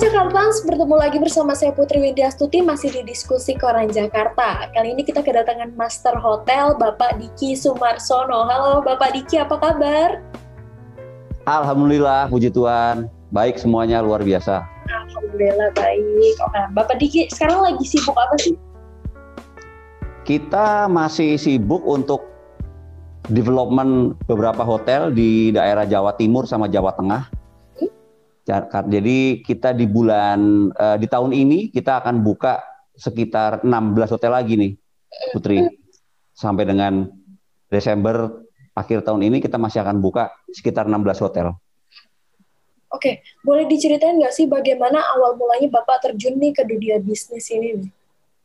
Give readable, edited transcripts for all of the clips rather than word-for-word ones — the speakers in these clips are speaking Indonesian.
Jakarta, bertemu lagi bersama saya Putri Widyastuti, masih di diskusi Koran Jakarta. Kali ini kita kedatangan Master Hotel, Bapak Diki Sumarsono. Halo Bapak Diki, apa kabar? Alhamdulillah, puji Tuhan. Baik semuanya, luar biasa. Alhamdulillah baik. Oke, Bapak Diki sekarang lagi sibuk apa sih? Kita masih sibuk untuk development beberapa hotel di daerah Jawa Timur sama Jawa Tengah. Jadi kita di tahun ini kita akan buka sekitar 16 hotel lagi nih, Putri. Sampai dengan Desember akhir tahun ini kita masih akan buka sekitar 16 hotel. Oke, boleh diceritain nggak sih bagaimana awal mulanya Bapak terjun nih ke dunia bisnis ini nih?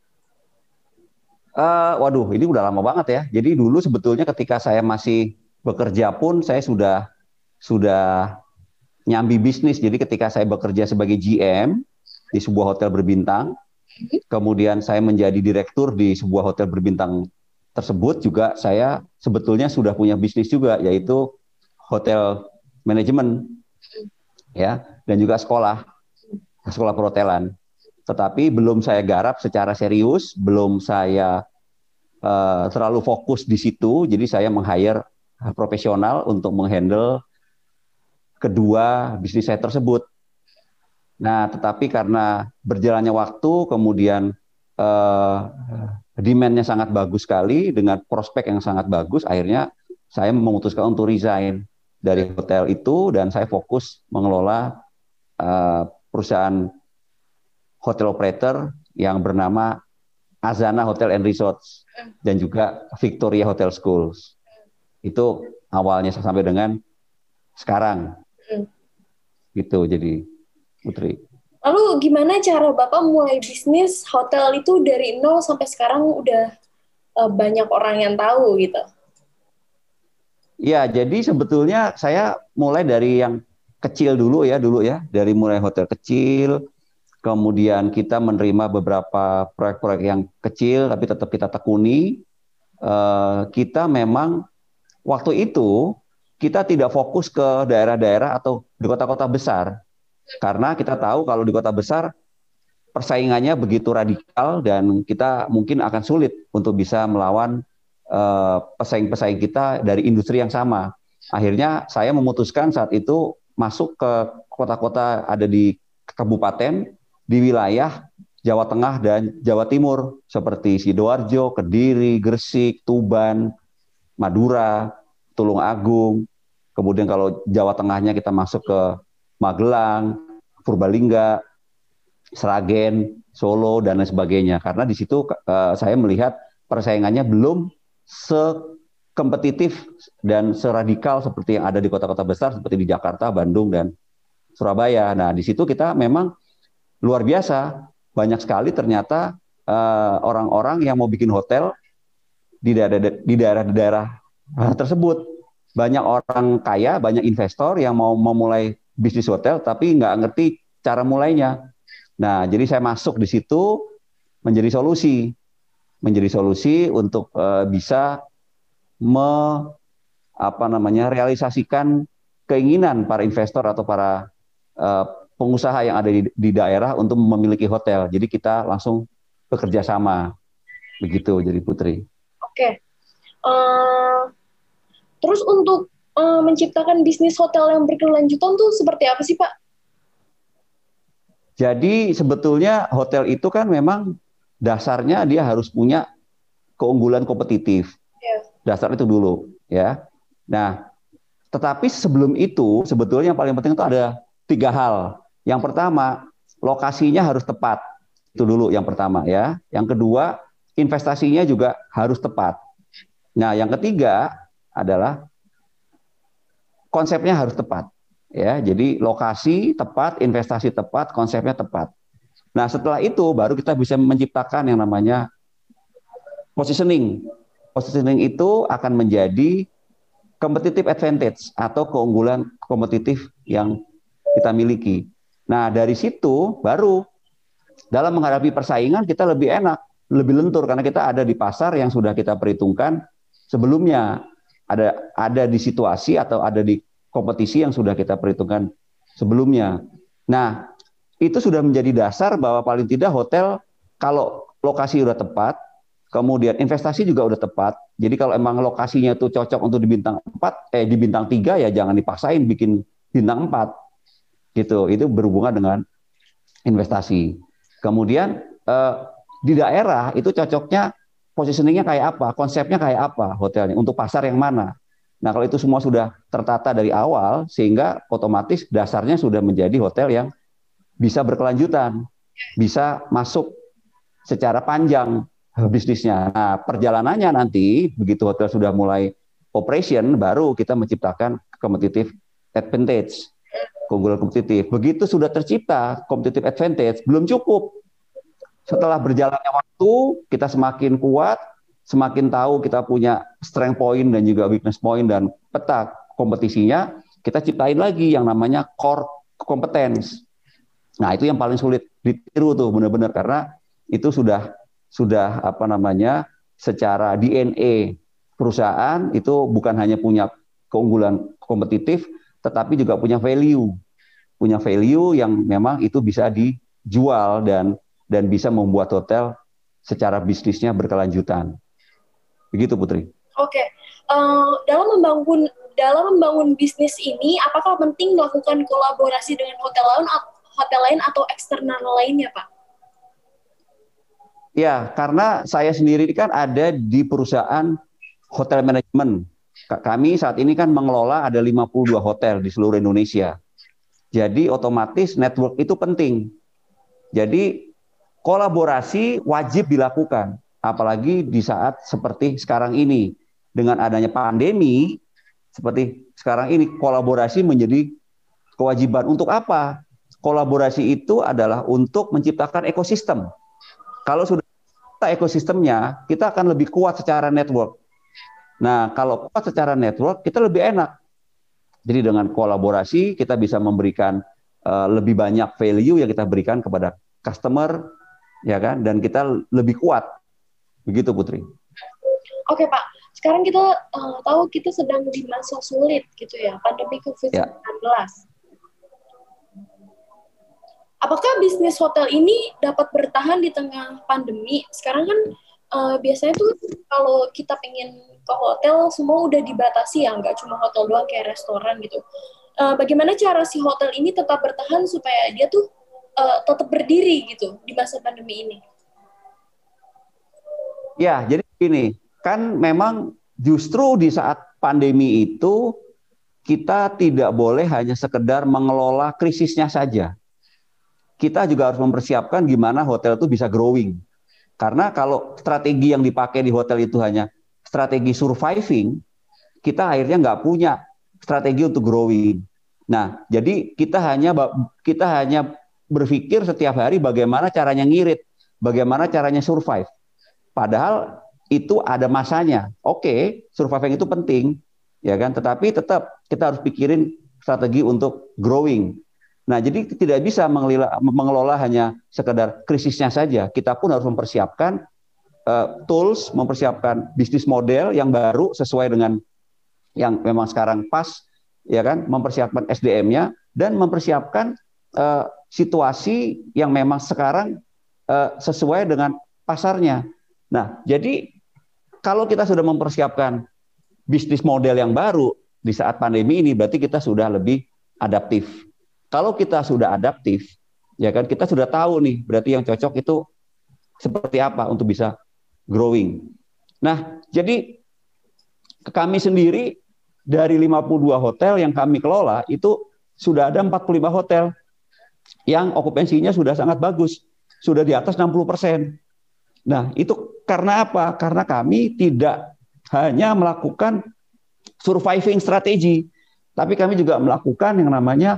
Waduh, ini udah lama banget ya. Jadi dulu sebetulnya ketika saya masih bekerja pun saya sudah nyambi bisnis. Jadi ketika saya bekerja sebagai GM di sebuah hotel berbintang, kemudian saya menjadi direktur di sebuah hotel berbintang tersebut, juga saya sebetulnya sudah punya bisnis juga, yaitu hotel manajemen, ya, dan juga sekolah perhotelan. Tetapi belum saya garap secara serius, belum saya terlalu fokus di situ. Jadi saya meng-hire profesional untuk menghandle kedua bisnis saya tersebut. Nah, tetapi karena berjalannya waktu, kemudian demand-nya sangat bagus sekali, dengan prospek yang sangat bagus, akhirnya saya memutuskan untuk resign dari hotel itu, dan saya fokus mengelola perusahaan hotel operator yang bernama Azana Hotel and Resorts, dan juga Victoria Hotel Schools. Itu awalnya sampai dengan sekarang. Gitu, jadi Putri. Lalu gimana cara Bapak mulai bisnis hotel itu dari nol sampai sekarang udah banyak orang yang tahu gitu? Ya, jadi sebetulnya saya mulai dari yang kecil dulu ya, dari mulai hotel kecil, kemudian kita menerima beberapa proyek-proyek yang kecil, tapi tetap kita tekuni. Kita memang waktu itu kita tidak fokus ke daerah-daerah atau di kota-kota besar, karena kita tahu kalau di kota besar persaingannya begitu radikal dan kita mungkin akan sulit untuk bisa melawan pesaing-pesaing kita dari industri yang sama. Akhirnya saya memutuskan saat itu masuk ke kota-kota ada di kabupaten di wilayah Jawa Tengah dan Jawa Timur seperti Sidoarjo, Kediri, Gresik, Tuban, Madura, Tulungagung. Kemudian kalau Jawa Tengahnya kita masuk ke Magelang, Purbalingga, Sragen, Solo, dan lain sebagainya. Karena di situ saya melihat persaingannya belum sekompetitif dan seradikal seperti yang ada di kota-kota besar seperti di Jakarta, Bandung, dan Surabaya. Nah, di situ kita memang luar biasa. Banyak sekali ternyata orang-orang yang mau bikin hotel di daerah-daerah tersebut. Banyak orang kaya, banyak investor yang mau memulai bisnis hotel, tapi nggak ngerti cara mulainya. Nah, jadi saya masuk di situ menjadi solusi untuk bisa realisasikan keinginan para investor atau para pengusaha yang ada di daerah untuk memiliki hotel. Jadi kita langsung bekerja sama, begitu. Jadi Putri. Oke. Terus untuk menciptakan bisnis hotel yang berkelanjutan tuh seperti apa sih, Pak? Jadi sebetulnya hotel itu kan memang dasarnya dia harus punya keunggulan kompetitif. Dasar itu dulu, ya. Nah, tetapi sebelum itu sebetulnya yang paling penting itu ada 3 hal. Yang pertama, lokasinya harus tepat. Itu dulu yang pertama, ya. Yang kedua, investasinya juga harus tepat. Nah, yang ketiga adalah konsepnya harus tepat, ya. Jadi lokasi tepat, investasi tepat, konsepnya tepat. Nah, setelah itu baru kita bisa menciptakan yang namanya positioning. Positioning itu akan menjadi competitive advantage atau keunggulan kompetitif yang kita miliki. Nah, dari situ baru dalam menghadapi persaingan kita lebih enak, lebih lentur, karena kita ada di pasar yang sudah kita perhitungkan sebelumnya, ada di situasi atau ada di kompetisi yang sudah kita perhitungkan sebelumnya. Nah, itu sudah menjadi dasar bahwa paling tidak hotel kalau lokasi udah tepat, kemudian investasi juga udah tepat. Jadi kalau emang lokasinya itu cocok untuk di bintang 4, di bintang 3 ya jangan dipaksain bikin bintang 4. Gitu. Itu berhubungan dengan investasi. Kemudian di daerah itu cocoknya positioningnya kayak apa, konsepnya kayak apa hotelnya, untuk pasar yang mana. Nah kalau itu semua sudah tertata dari awal, sehingga otomatis dasarnya sudah menjadi hotel yang bisa berkelanjutan, bisa masuk secara panjang bisnisnya. Nah, perjalanannya nanti begitu hotel sudah mulai operation, baru kita menciptakan competitive advantage, keunggulan kompetitif. Begitu sudah tercipta competitive advantage, belum cukup. Setelah berjalannya waktu, kita semakin kuat, semakin tahu kita punya strength point dan juga weakness point dan peta kompetisinya, kita ciptain lagi yang namanya core competence. Nah, itu yang paling sulit ditiru tuh benar-benar, karena itu sudah apa namanya, secara DNA perusahaan itu bukan hanya punya keunggulan kompetitif, tetapi juga punya value yang memang itu bisa dijual dan bisa membuat hotel secara bisnisnya berkelanjutan. Begitu Putri. Oke. Dalam membangun bisnis ini, apakah penting melakukan kolaborasi dengan hotel lain atau eksternal lainnya, Pak? Ya, karena saya sendiri kan ada di perusahaan hotel manajemen. Kami saat ini kan mengelola ada 52 hotel di seluruh Indonesia. Jadi otomatis network itu penting. Jadi kolaborasi wajib dilakukan, apalagi di saat seperti sekarang ini. Dengan adanya pandemi, seperti sekarang ini, kolaborasi menjadi kewajiban. Untuk apa? Kolaborasi itu adalah untuk menciptakan ekosistem. Kalau sudah kita ekosistemnya, kita akan lebih kuat secara network. Nah, kalau kuat secara network, kita lebih enak. Jadi dengan kolaborasi, kita bisa memberikan lebih banyak value yang kita berikan kepada customer, ya kan? Dan kita lebih kuat. Begitu, Putri. Oke, Pak. Sekarang kita tahu kita sedang di masa sulit, gitu ya, pandemi COVID-19. Ya. Apakah bisnis hotel ini dapat bertahan di tengah pandemi? Sekarang kan biasanya tuh kalau kita pengen ke hotel semua udah dibatasi ya, nggak cuma hotel doang kayak restoran gitu. Bagaimana cara si hotel ini tetap bertahan supaya dia tuh tetap berdiri gitu di masa pandemi ini? Ya, jadi gini, kan memang justru di saat pandemi itu kita tidak boleh hanya sekedar mengelola krisisnya saja. Kita juga harus mempersiapkan gimana hotel itu bisa growing. Karena kalau strategi yang dipakai di hotel itu hanya strategi surviving, kita akhirnya nggak punya strategi untuk growing. Nah, jadi kita hanya berpikir setiap hari bagaimana caranya ngirit, bagaimana caranya survive. Padahal itu ada masanya. Oke, surviving itu penting, ya kan? Tetapi tetap kita harus pikirin strategi untuk growing. Nah, jadi tidak bisa mengelola hanya sekedar krisisnya saja. Kita pun harus mempersiapkan tools, mempersiapkan bisnis model yang baru sesuai dengan yang memang sekarang pas, ya kan? Mempersiapkan SDM-nya dan mempersiapkan situasi yang memang sekarang sesuai dengan pasarnya. Nah, jadi kalau kita sudah mempersiapkan bisnis model yang baru di saat pandemi ini, berarti kita sudah lebih adaptif. Kalau kita sudah adaptif, ya kan, kita sudah tahu nih, berarti yang cocok itu seperti apa untuk bisa growing. Nah, jadi kami sendiri dari 52 hotel yang kami kelola, itu sudah ada 45 hotel yang okupansinya sudah sangat bagus, sudah di atas 60%. Nah, itu karena apa? Karena kami tidak hanya melakukan surviving strategi, tapi kami juga melakukan yang namanya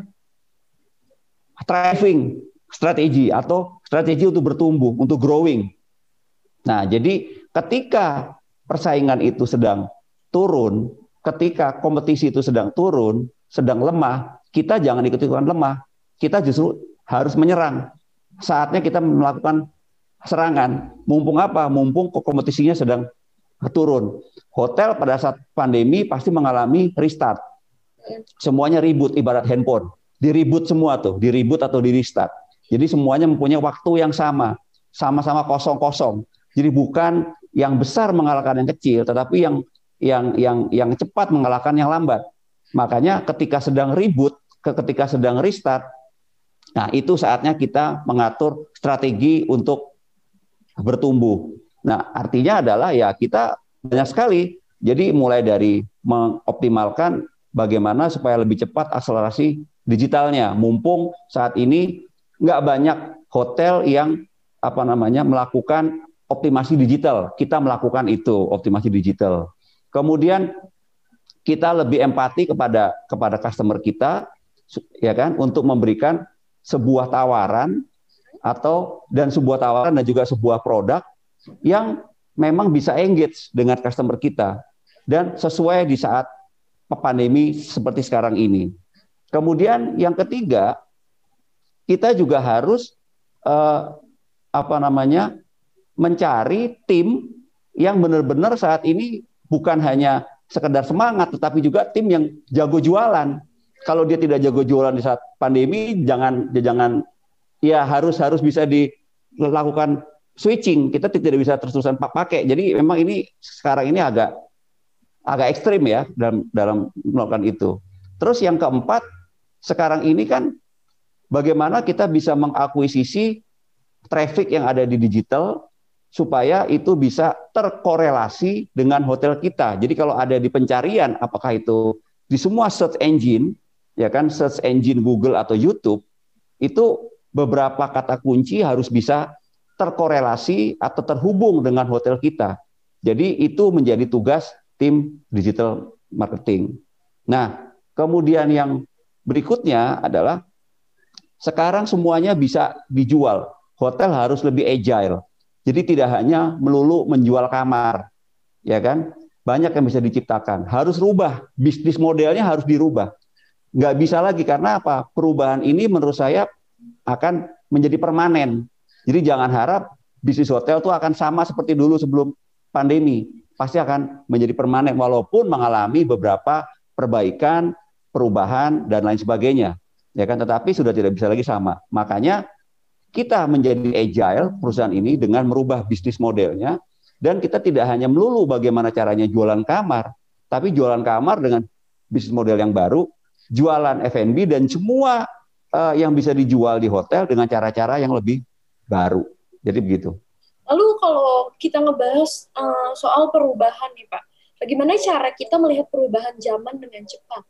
thriving strategi atau strategi untuk bertumbuh, untuk growing. Nah, jadi ketika persaingan itu sedang turun, ketika kompetisi itu sedang turun, sedang lemah, kita jangan ikut-ikutan lemah. Kita justru harus menyerang. Saatnya kita melakukan serangan. Mumpung apa? Mumpung kompetisinya sedang turun. Hotel pada saat pandemi pasti mengalami restart. Semuanya ribut ibarat handphone. Di-reboot semua tuh, di-reboot atau di-restart. Jadi semuanya mempunyai waktu yang sama, sama-sama kosong-kosong. Jadi bukan yang besar mengalahkan yang kecil, tetapi yang cepat mengalahkan yang lambat. Makanya ketika sedang ribut, ketika sedang restart, nah itu saatnya kita mengatur strategi untuk bertumbuh. Nah, artinya adalah ya kita banyak sekali. Jadi mulai dari mengoptimalkan bagaimana supaya lebih cepat akselerasi digitalnya. Mumpung saat ini nggak banyak hotel yang melakukan optimasi digital. Kita melakukan itu optimasi digital. Kemudian kita lebih empati kepada customer kita, ya kan, untuk memberikan sebuah tawaran dan juga sebuah produk yang memang bisa engage dengan customer kita dan sesuai di saat pandemi seperti sekarang ini. Kemudian yang ketiga, kita juga harus mencari tim yang benar-benar saat ini bukan hanya sekedar semangat, tetapi juga tim yang jago jualan. Kalau dia tidak jago jualan di saat pandemi, jangan ya harus bisa dilakukan switching. Kita tidak bisa terus-terusan pakai. Jadi memang ini sekarang ini agak ekstrim ya dalam melakukan itu. Terus yang keempat, sekarang ini kan bagaimana kita bisa mengakuisisi traffic yang ada di digital supaya itu bisa terkorelasi dengan hotel kita. Jadi kalau ada di pencarian, apakah itu di semua search engine, ya kan, search engine Google atau YouTube, itu beberapa kata kunci harus bisa terkorelasi atau terhubung dengan hotel kita. Jadi itu menjadi tugas tim digital marketing. Nah, kemudian yang berikutnya adalah sekarang semuanya bisa dijual. Hotel harus lebih agile. Jadi tidak hanya melulu menjual kamar, ya kan? Banyak yang bisa diciptakan. Harus rubah, bisnis modelnya harus dirubah. Nggak bisa lagi, karena apa? Perubahan ini menurut saya akan menjadi permanen. Jadi jangan harap bisnis hotel itu akan sama seperti dulu sebelum pandemi. Pasti akan menjadi permanen, walaupun mengalami beberapa perbaikan, perubahan, dan lain sebagainya. Ya kan? Tetapi sudah tidak bisa lagi sama. Makanya kita menjadi agile perusahaan ini dengan merubah bisnis modelnya, dan kita tidak hanya melulu bagaimana caranya jualan kamar, tapi jualan kamar dengan bisnis model yang baru, jualan F&B dan semua yang bisa dijual di hotel dengan cara-cara yang lebih baru. Jadi begitu. Lalu kalau kita ngebahas soal perubahan nih Pak, bagaimana cara kita melihat perubahan zaman dengan cepat?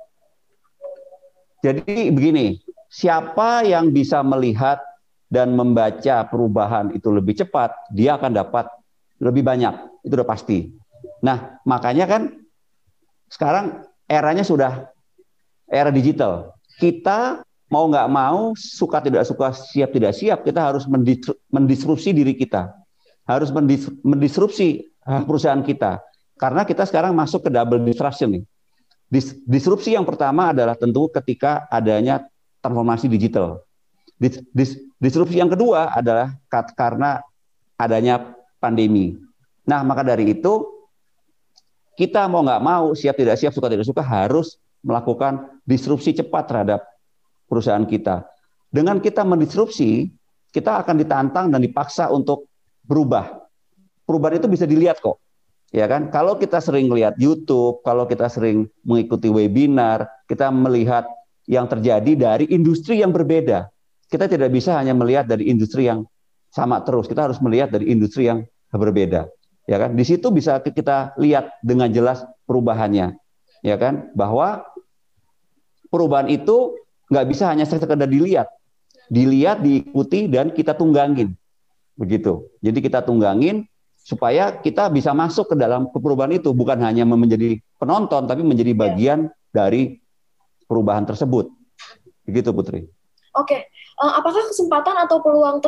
Jadi begini, siapa yang bisa melihat dan membaca perubahan itu lebih cepat, dia akan dapat lebih banyak. Itu udah pasti. Nah, makanya kan sekarang eranya sudah era digital. Kita mau nggak mau, suka tidak suka, siap tidak siap, kita harus mendisrupsi diri kita. Harus mendisrupsi perusahaan kita. Karena kita sekarang masuk ke double disruption nih. Disrupsi yang pertama adalah tentu ketika adanya transformasi digital. Disrupsi yang kedua adalah karena adanya pandemi. Nah, maka dari itu kita mau nggak mau, siap tidak siap, suka tidak suka, harus melakukan disrupsi cepat terhadap perusahaan kita. Dengan kita mendisrupsi, kita akan ditantang dan dipaksa untuk berubah. Perubahan itu bisa dilihat kok, ya kan? Kalau kita sering lihat YouTube, kalau kita sering mengikuti webinar, kita melihat yang terjadi dari industri yang berbeda. Kita tidak bisa hanya melihat dari industri yang sama terus. Kita harus melihat dari industri yang berbeda, ya kan? Di situ bisa kita lihat dengan jelas perubahannya, ya kan? Bahwa perubahan itu nggak bisa hanya sekedar dilihat, diikuti dan kita tunggangin, begitu. Jadi kita tunggangin supaya kita bisa masuk ke dalam perubahan itu, bukan hanya menjadi penonton, tapi menjadi bagian dari perubahan tersebut, begitu Putri. Oke. Apakah kesempatan atau peluang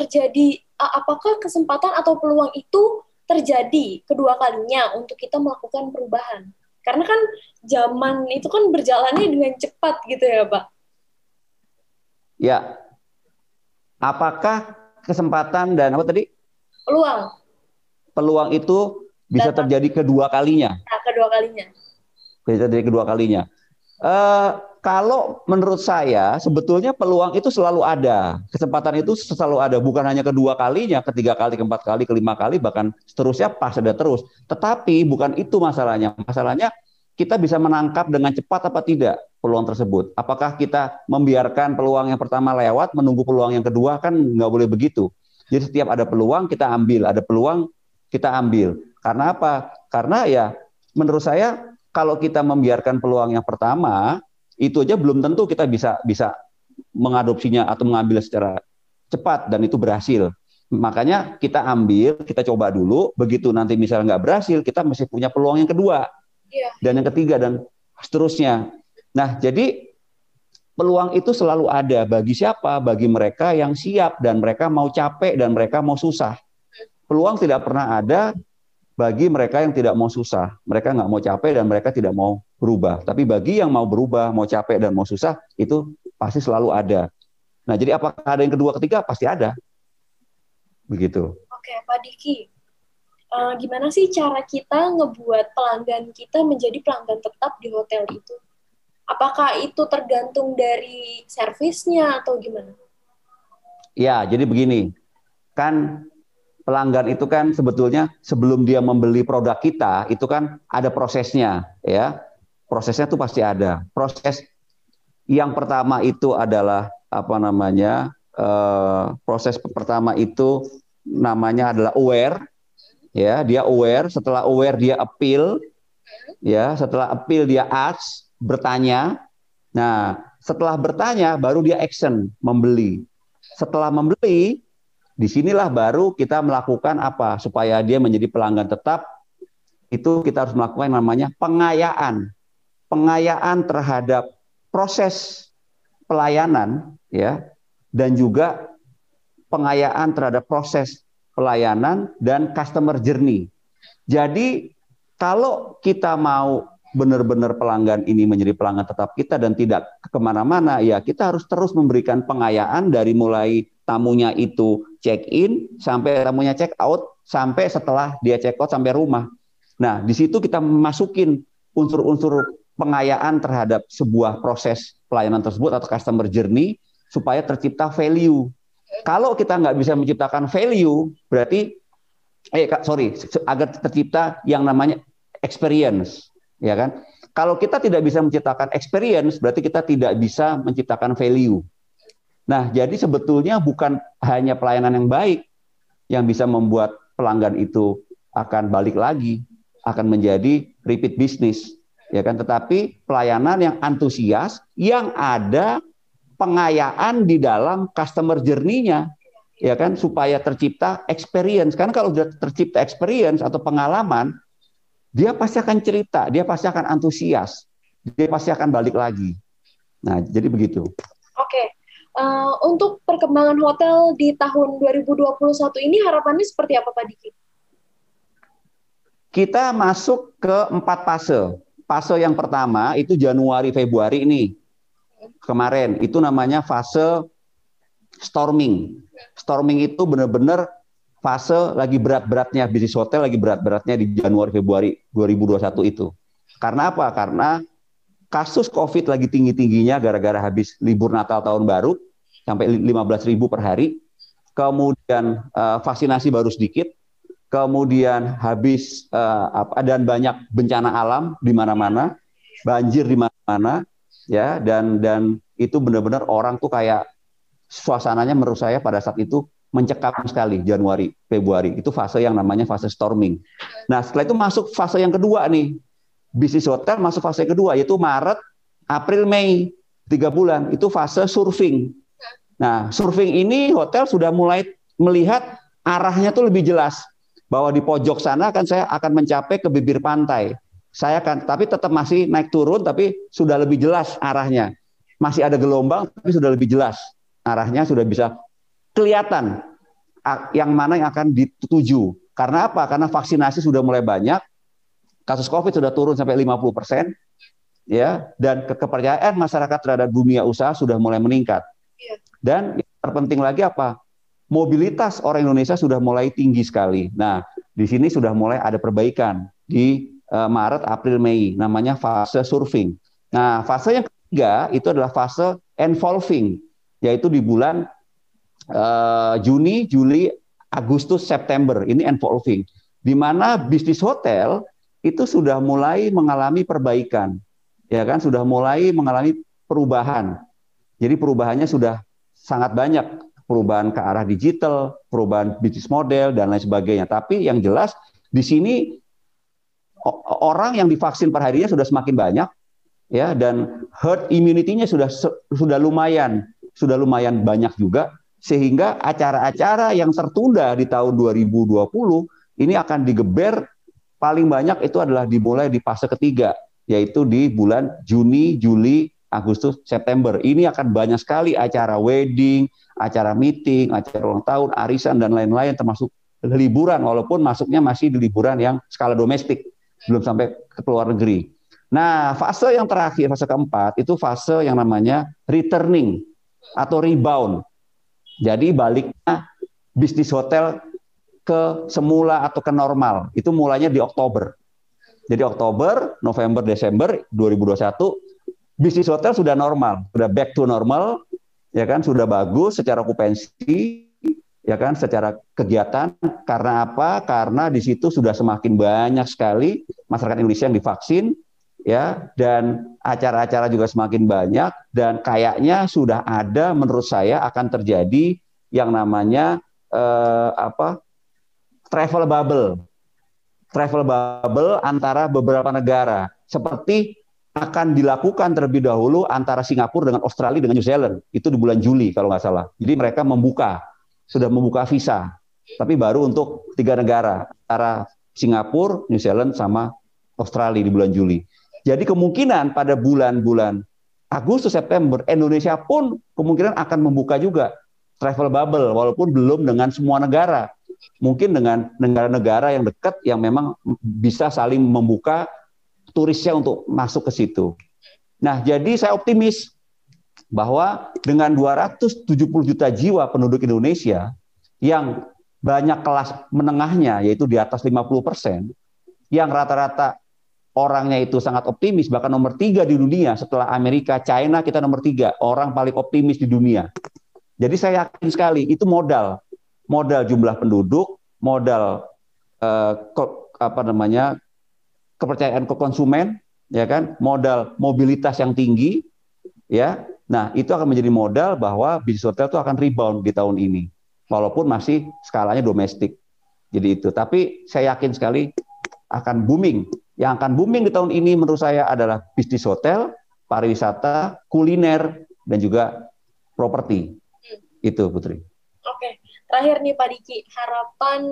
itu terjadi kedua kalinya untuk kita melakukan perubahan? Karena kan zaman itu kan berjalannya dengan cepat gitu ya, Pak. Ya. Apakah kesempatan dan apa tadi? Peluang itu bisa terjadi kedua kalinya. Nah, kedua kalinya. Bisa terjadi kedua kalinya. Kalau menurut saya sebetulnya peluang itu selalu ada, kesempatan itu selalu ada, bukan hanya kedua kalinya, ketiga kali, keempat kali, kelima kali, bahkan seterusnya pas ada terus. Tetapi bukan itu masalahnya. Masalahnya kita bisa menangkap dengan cepat apa tidak peluang tersebut. Apakah kita membiarkan peluang yang pertama lewat, menunggu peluang yang kedua, kan nggak boleh begitu. Jadi setiap ada peluang kita ambil, ada peluang kita ambil. Karena apa? Karena ya menurut saya kalau kita membiarkan peluang yang pertama, itu aja belum tentu kita bisa mengadopsinya atau mengambil secara cepat dan itu berhasil. Makanya kita ambil, kita coba dulu, begitu nanti misalnya nggak berhasil, kita masih punya peluang yang kedua, dan yang ketiga, dan seterusnya. Nah, jadi peluang itu selalu ada bagi siapa? Bagi mereka yang siap dan mereka mau capek dan mereka mau susah. Peluang tidak pernah ada bagi mereka yang tidak mau susah. Mereka nggak mau capek dan mereka tidak mau berubah. Tapi bagi yang mau berubah, mau capek dan mau susah, itu pasti selalu ada. Nah, jadi apakah ada yang kedua, ketiga? Pasti ada. Begitu. Oke, Pak Diki. Gimana sih cara kita ngebuat pelanggan kita menjadi pelanggan tetap di hotel itu? Apakah itu tergantung dari servisnya atau gimana? Ya, jadi begini. Kan pelanggan itu kan sebetulnya sebelum dia membeli produk kita itu kan ada prosesnya, ya. Prosesnya tuh pasti ada. Proses yang pertama itu adalah apa namanya? Proses pertama itu namanya adalah aware, ya. Dia aware. Setelah aware dia appeal, ya. Setelah appeal dia ask, bertanya. Nah, setelah bertanya baru dia action, membeli. Setelah membeli, disinilah baru kita melakukan apa supaya dia menjadi pelanggan tetap. Itu kita harus melakukan yang namanya pengayaan terhadap proses pelayanan, ya, dan juga pengayaan terhadap proses pelayanan dan customer journey. Jadi kalau kita mau benar-benar pelanggan ini menjadi pelanggan tetap kita dan tidak kemana-mana, ya kita harus terus memberikan pengayaan dari mulai tamunya itu check in sampai tamunya check out sampai setelah dia check out sampai rumah. Nah, di situ kita masukin unsur-unsur pengayaan terhadap sebuah proses pelayanan tersebut atau customer journey supaya tercipta value. Kalau kita nggak bisa menciptakan value, berarti agar tercipta yang namanya experience, ya kan? Kalau kita tidak bisa menciptakan experience, berarti kita tidak bisa menciptakan value. Nah, jadi sebetulnya bukan hanya pelayanan yang baik yang bisa membuat pelanggan itu akan balik lagi, akan menjadi repeat business, ya kan? Tetapi pelayanan yang antusias, yang ada pengayaan di dalam customer journey-nya, ya kan? Supaya tercipta experience. Karena kalau sudah tercipta experience atau pengalaman, dia pasti akan cerita, dia pasti akan antusias, dia pasti akan balik lagi. Nah, jadi begitu. Oke. Untuk perkembangan hotel di tahun 2021 ini harapannya seperti apa, Pak Diki? Kita masuk ke 4 fase. Fase yang pertama itu Januari Februari ini. Kemarin itu namanya fase storming. Storming itu benar-benar fase lagi berat-beratnya, bisnis hotel lagi berat-beratnya di Januari Februari 2021 itu. Karena apa? Karena kasus COVID lagi tinggi-tingginya gara-gara habis libur Natal tahun baru sampai 15.000 per hari. Kemudian vaksinasi baru sedikit. Kemudian habis dan banyak bencana alam di mana-mana, banjir di mana-mana, ya, dan itu benar-benar orang tuh kayak suasananya menurut saya pada saat itu mencekam sekali. Januari Februari itu fase yang namanya fase storming. Nah, setelah itu masuk fase yang kedua nih, bisnis hotel masuk fase kedua, yaitu Maret, April, Mei, 3 bulan itu fase surfing. Nah, surfing ini hotel sudah mulai melihat arahnya tuh lebih jelas, bahwa di pojok sana kan saya akan mencapai ke bibir pantai. Saya akan, tapi tetap masih naik turun, tapi sudah lebih jelas arahnya. Masih ada gelombang, tapi sudah lebih jelas arahnya, sudah bisa kelihatan yang mana yang akan dituju. Karena apa? Karena vaksinasi sudah mulai banyak, kasus COVID sudah turun sampai 50%, ya, dan kepercayaan masyarakat terhadap dunia usaha sudah mulai meningkat. Dan yang terpenting lagi apa? Mobilitas orang Indonesia sudah mulai tinggi sekali. Nah, di sini sudah mulai ada perbaikan di Maret, April, Mei, namanya fase surfing. Nah, fase yang ketiga itu adalah fase envolving, yaitu di bulan Juni, Juli, Agustus, September. Ini envolving, di mana bisnis hotel itu sudah mulai mengalami perbaikan, ya kan, sudah mulai mengalami perubahan. Jadi perubahannya sudah sangat banyak, perubahan ke arah digital, perubahan bisnis model dan lain sebagainya. Tapi yang jelas di sini orang yang divaksin per harinya sudah semakin banyak, ya, dan herd immunity-nya sudah lumayan banyak juga, sehingga acara-acara yang tertunda di tahun 2020 ini akan digeber paling banyak itu adalah dimulai di fase ketiga, yaitu di bulan Juni, Juli, Agustus, September. Ini akan banyak sekali acara wedding, acara meeting, acara ulang tahun, arisan, dan lain-lain, termasuk liburan, walaupun masuknya masih di liburan yang skala domestik, belum sampai ke luar negeri. Nah, fase yang terakhir, fase keempat, itu fase yang namanya returning atau rebound. Jadi baliknya bisnis hotel ke semula atau ke normal, itu mulainya di Oktober. Jadi Oktober, November, Desember 2021, bisnis hotel sudah normal, sudah back to normal, ya kan, sudah bagus secara okupansi, ya kan, secara kegiatan. Karena apa? Karena di situ sudah semakin banyak sekali masyarakat Indonesia yang divaksin, ya, dan acara-acara juga semakin banyak, dan kayaknya sudah ada, menurut saya akan terjadi yang namanya travel bubble antara beberapa negara, seperti akan dilakukan terlebih dahulu antara Singapura dengan Australia dengan New Zealand, itu di bulan Juli kalau nggak salah. Jadi mereka sudah membuka visa, tapi baru untuk 3 negara, antara Singapura, New Zealand, sama Australia di bulan Juli. Jadi kemungkinan pada bulan-bulan Agustus, September, Indonesia pun kemungkinan akan membuka juga travel bubble, walaupun belum dengan semua negara. Mungkin dengan negara-negara yang dekat yang memang bisa saling membuka turisnya untuk masuk ke situ. Nah, jadi saya optimis bahwa dengan 270 juta jiwa penduduk Indonesia yang banyak kelas menengahnya, yaitu di atas 50%, yang rata-rata orangnya itu sangat optimis, bahkan nomor 3 di dunia setelah Amerika, China, kita nomor 3, orang paling optimis di dunia. Jadi saya yakin sekali itu modal jumlah penduduk, modal kepercayaan ke konsumen, ya kan, modal mobilitas yang tinggi, ya. Nah, itu akan menjadi modal bahwa bisnis hotel itu akan rebound di tahun ini, walaupun masih skalanya domestik. Jadi itu. Tapi saya yakin sekali akan booming. Yang akan booming di tahun ini menurut saya adalah bisnis hotel, pariwisata, kuliner, dan juga properti. Itu, Putri. Oke, terakhir nih Pak Diki, harapan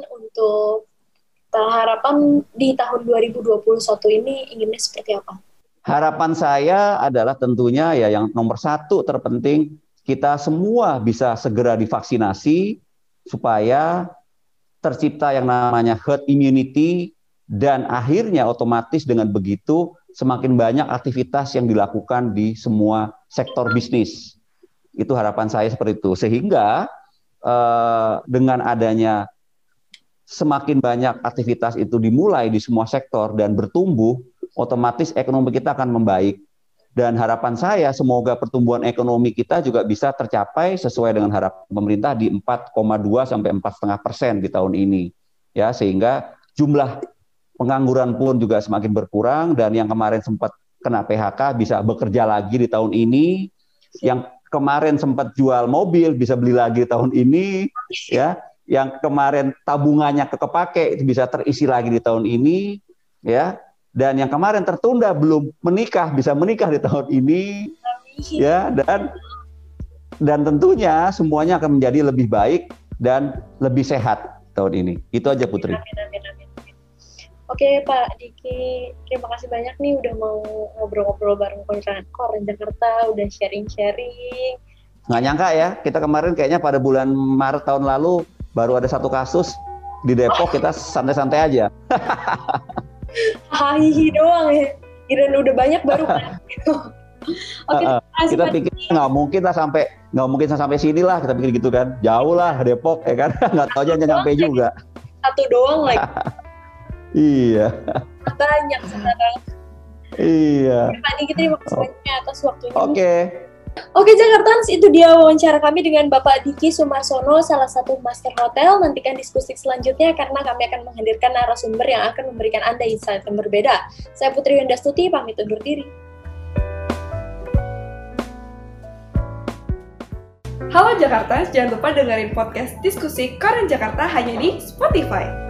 di tahun 2021 ini inginnya seperti apa? Harapan saya adalah tentunya ya yang nomor 1 terpenting, kita semua bisa segera divaksinasi supaya tercipta yang namanya herd immunity, dan akhirnya otomatis dengan begitu semakin banyak aktivitas yang dilakukan di semua sektor bisnis. Itu harapan saya seperti itu. Sehingga dengan adanya semakin banyak aktivitas itu dimulai di semua sektor dan bertumbuh, otomatis ekonomi kita akan membaik. Dan harapan saya semoga pertumbuhan ekonomi kita juga bisa tercapai sesuai dengan harapan pemerintah di 4,2 sampai 4,5% di tahun ini. Ya, sehingga jumlah pengangguran pun juga semakin berkurang, dan yang kemarin sempat kena PHK bisa bekerja lagi di tahun ini. Yang kemarin sempat jual mobil bisa beli lagi tahun ini, ya. Yang kemarin tabungannya kepake itu bisa terisi lagi di tahun ini, ya. Dan yang kemarin tertunda belum menikah bisa menikah di tahun ini, ya. Dan tentunya semuanya akan menjadi lebih baik dan lebih sehat tahun ini. Itu aja, Putri. Amin. Oke, Pak Diki, terima kasih banyak nih udah mau ngobrol-ngobrol bareng Koran Jakarta, udah sharing-sharing. Nggak nyangka ya, kita kemarin kayaknya pada bulan Maret tahun lalu baru ada 1 kasus di Depok, kita santai-santai aja. Hahihi doang ya, kirain udah banyak baru kan. Oke, kita pikir nggak mungkin sampai sini lah, kita pikir gitu kan, jauh lah Depok ya kan, nggak tahu aja nyampe juga. 1 doang lagi. Iya. Banyak sekarang. Iya. Pak Diki, terima kasih banyak atas waktunya. Oke, Jakartans, itu dia wawancara kami dengan Bapak Diki Sumarsono, salah satu master hotel. Nantikan diskusi selanjutnya karena kami akan menghadirkan narasumber yang akan memberikan Anda insight yang berbeda. Saya Putri Windastuti, pamit undur diri. Halo Jakarta, jangan lupa dengerin podcast diskusi Koran Jakarta hanya di Spotify.